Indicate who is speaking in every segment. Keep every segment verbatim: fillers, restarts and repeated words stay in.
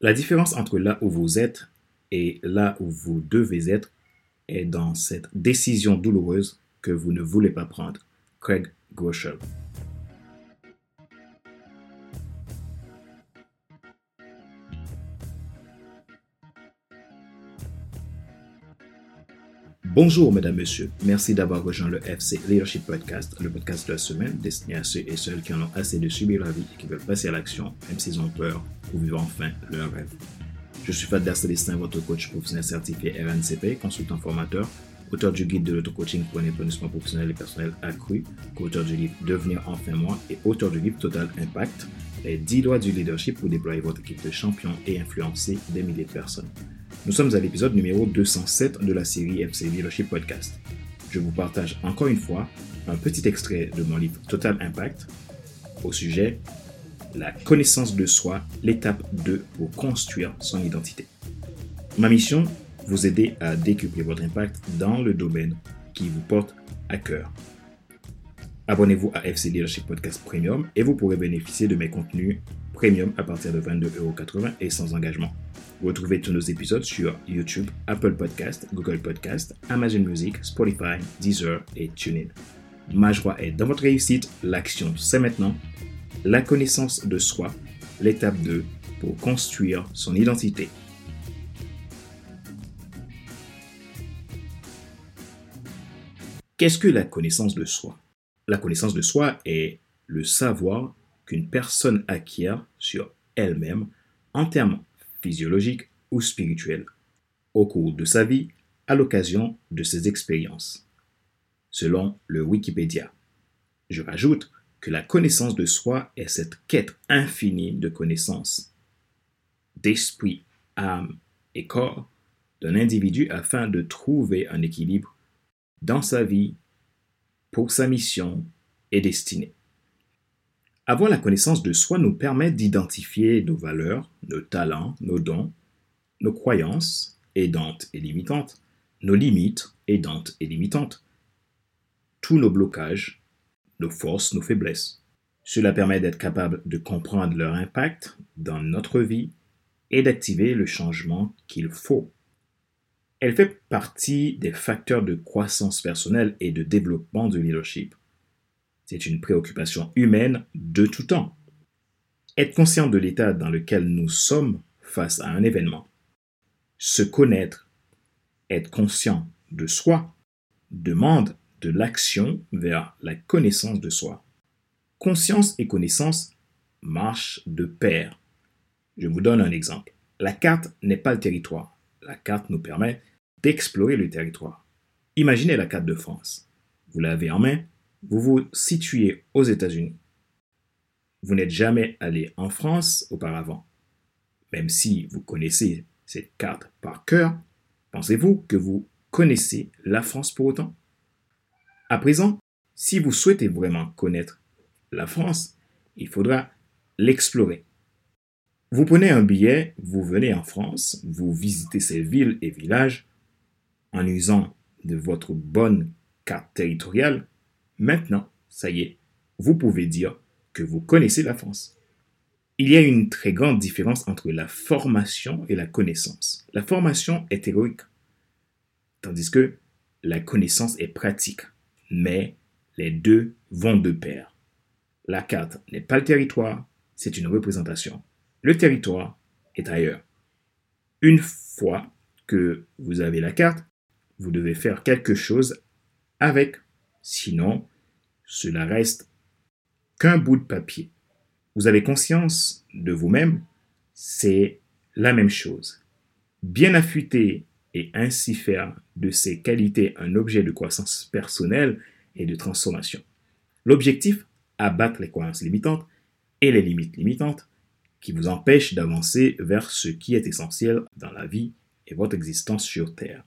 Speaker 1: La différence entre là où vous êtes et là où vous devez être est dans cette décision douloureuse que vous ne voulez pas prendre. Craig Groeschel. Bonjour mesdames, messieurs. Merci d'avoir rejoint le F C Leadership Podcast, le podcast de la semaine destiné à ceux et celles qui en ont assez de subir la vie et qui veulent passer à l'action, même s'ils ont peur, pour vivre enfin leur rêve. Je suis Fadler Célestin, votre coach professionnel certifié R N C P, consultant formateur, auteur du guide de l'auto-coaching pour un épanouissement professionnel et personnel accru, co-auteur du livre Devenir enfin moi et auteur du livre Total Impact, les dix lois du leadership pour déployer votre équipe de champions et influencer des milliers de personnes. Nous sommes à l'épisode numéro deux cent sept de la série F C Leadership Podcast. Je vous partage encore une fois un petit extrait de mon livre Total Impact au sujet la connaissance de soi, l'étape deux pour construire son identité. Ma mission, vous aider à décupler votre impact dans le domaine qui vous porte à cœur. Abonnez-vous à F C Leadership Podcast Premium et vous pourrez bénéficier de mes contenus premium à partir de vingt-deux euros quatre-vingts et sans engagement. Vous retrouvez tous nos épisodes sur YouTube, Apple Podcast, Google Podcast, Amazon Music, Spotify, Deezer et TuneIn. Ma joie est dans votre réussite, l'action c'est maintenant. La connaissance de soi, l'étape deux pour construire son identité. Qu'est-ce que la connaissance de soi? La connaissance de soi est le savoir qu'une personne acquiert sur elle-même en termes physiologiques ou spirituels au cours de sa vie à l'occasion de ses expériences. Selon le Wikipédia, je rajoute que la connaissance de soi est cette quête infinie de connaissance, d'esprit, âme et corps d'un individu afin de trouver un équilibre dans sa vie, pour sa mission et destinée. Avoir la connaissance de soi nous permet d'identifier nos valeurs, nos talents, nos dons, nos croyances aidantes et limitantes, nos limites aidantes et limitantes, tous nos blocages, nos forces, nos faiblesses. Cela permet d'être capable de comprendre leur impact dans notre vie et d'activer le changement qu'il faut. Elle fait partie des facteurs de croissance personnelle et de développement du leadership. C'est une préoccupation humaine de tout temps. Être conscient de l'état dans lequel nous sommes face à un événement. Se connaître, être conscient de soi, demande de l'action vers la connaissance de soi. Conscience et connaissance marchent de pair. Je vous donne un exemple. La carte n'est pas le territoire. La carte nous permet d'explorer le territoire. Imaginez la carte de France. Vous l'avez en main, vous vous situez aux États-Unis. Vous n'êtes jamais allé en France auparavant. Même si vous connaissez cette carte par cœur, pensez-vous que vous connaissez la France pour autant? À présent, si vous souhaitez vraiment connaître la France, il faudra l'explorer. Vous prenez un billet, vous venez en France, vous visitez ces villes et villages en usant de votre bonne carte territoriale. Maintenant, ça y est, vous pouvez dire que vous connaissez la France. Il y a une très grande différence entre la formation et la connaissance. La formation est théorique, tandis que la connaissance est pratique, mais les deux vont de pair. La carte n'est pas le territoire, c'est une représentation. Le territoire est ailleurs. Une fois que vous avez la carte, vous devez faire quelque chose avec. Sinon, cela reste qu'un bout de papier. Vous avez conscience de vous-même, c'est la même chose. Bien affûter et ainsi faire de ces qualités un objet de croissance personnelle et de transformation. L'objectif, abattre les croyances limitantes et les limites limitantes qui vous empêchent d'avancer vers ce qui est essentiel dans la vie et votre existence sur Terre.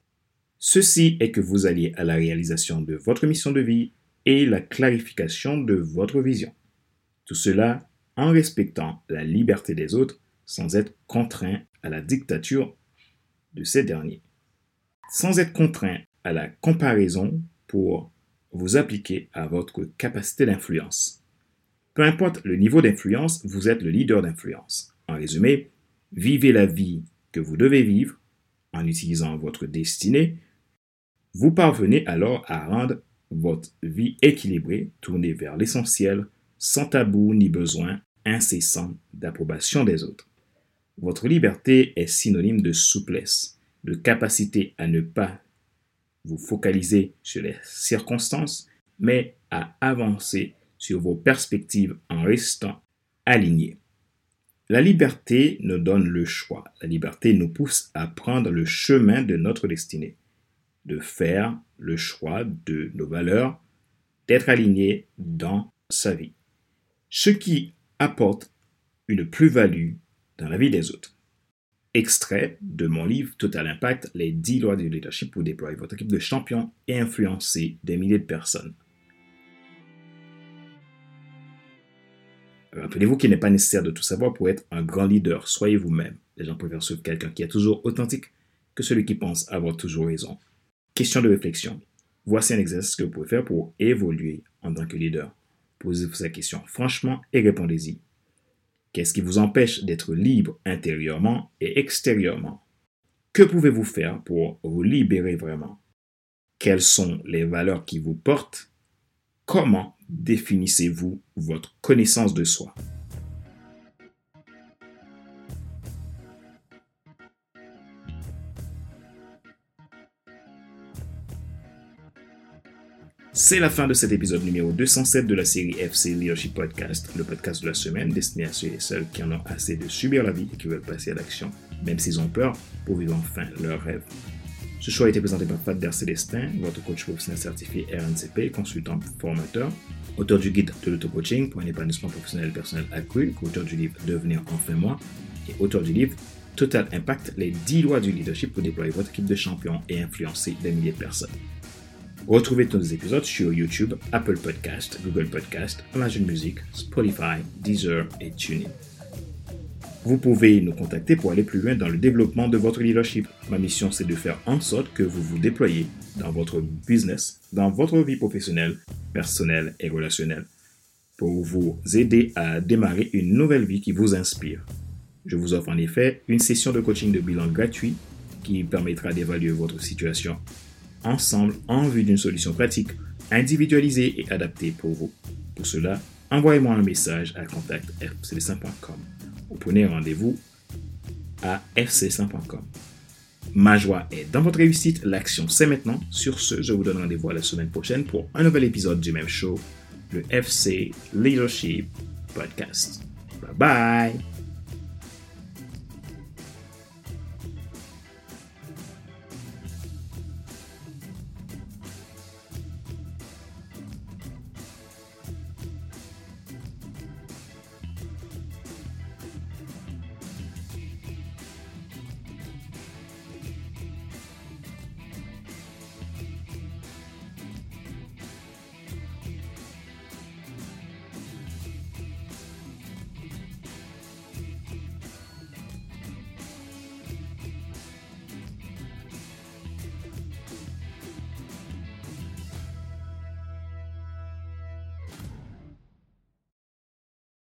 Speaker 1: Ceci est que vous alliez à la réalisation de votre mission de vie et la clarification de votre vision. Tout cela en respectant la liberté des autres sans être contraint à la dictature de ces derniers. Sans être contraint à la comparaison pour vous appliquer à votre capacité d'influence. Peu importe le niveau d'influence, vous êtes le leader d'influence. En résumé, vivez la vie que vous devez vivre en utilisant votre destinée, vous parvenez alors à rendre votre vie équilibrée, tournée vers l'essentiel, sans tabou ni besoin incessant d'approbation des autres. Votre liberté est synonyme de souplesse, de capacité à ne pas vous focaliser sur les circonstances, mais à avancer sur vos perspectives en restant aligné. La liberté nous donne le choix. La liberté nous pousse à prendre le chemin de notre destinée, de faire le choix de nos valeurs, d'être aligné dans sa vie. Ce qui apporte une plus-value dans la vie des autres. Extrait de mon livre Total Impact, les dix lois du leadership pour déployer votre équipe de champions et influencer des milliers de personnes. Rappelez-vous qu'il n'est pas nécessaire de tout savoir pour être un grand leader. Soyez vous-même. Les gens préfèrent suivre quelqu'un qui est toujours authentique que celui qui pense avoir toujours raison. Question de réflexion. Voici un exercice que vous pouvez faire pour évoluer en tant que leader. Posez-vous cette question franchement et répondez-y. Qu'est-ce qui vous empêche d'être libre intérieurement et extérieurement? Que pouvez-vous faire pour vous libérer vraiment? Quelles sont les valeurs qui vous portent? Comment définissez-vous votre connaissance de soi? C'est la fin de cet épisode numéro deux cent sept de la série F C Leadership Podcast, le podcast de la semaine destiné à ceux et celles qui en ont assez de subir la vie et qui veulent passer à l'action, même s'ils ont peur, pour vivre enfin leur rêve. Ce choix a été présenté par Fadler Célestin, votre coach professionnel certifié R N C P, consultant formateur, auteur du guide de l'auto-coaching pour un épanouissement professionnel et personnel accru, auteur du livre Devenir enfin moi, et auteur du livre Total Impact, les dix lois du leadership pour déployer votre équipe de champions et influencer des milliers de personnes. Retrouvez tous nos épisodes sur YouTube, Apple Podcast, Google Podcast, Amazon Music, Spotify, Deezer et TuneIn. Vous pouvez nous contacter pour aller plus loin dans le développement de votre leadership. Ma mission, c'est de faire en sorte que vous vous déployiez dans votre business, dans votre vie professionnelle, personnelle et relationnelle, pour vous aider à démarrer une nouvelle vie qui vous inspire. Je vous offre en effet une session de coaching de bilan gratuit qui permettra d'évaluer votre situation ensemble en vue d'une solution pratique, individualisée et adaptée pour vous. Pour cela, envoyez-moi un message à contact f c célestin point com ou prenez rendez-vous à f c célestin point com. Ma joie est dans votre réussite, l'action c'est maintenant. Sur ce, je vous donne rendez-vous à la semaine prochaine pour un nouvel épisode du même show, le F C Leadership Podcast. Bye bye!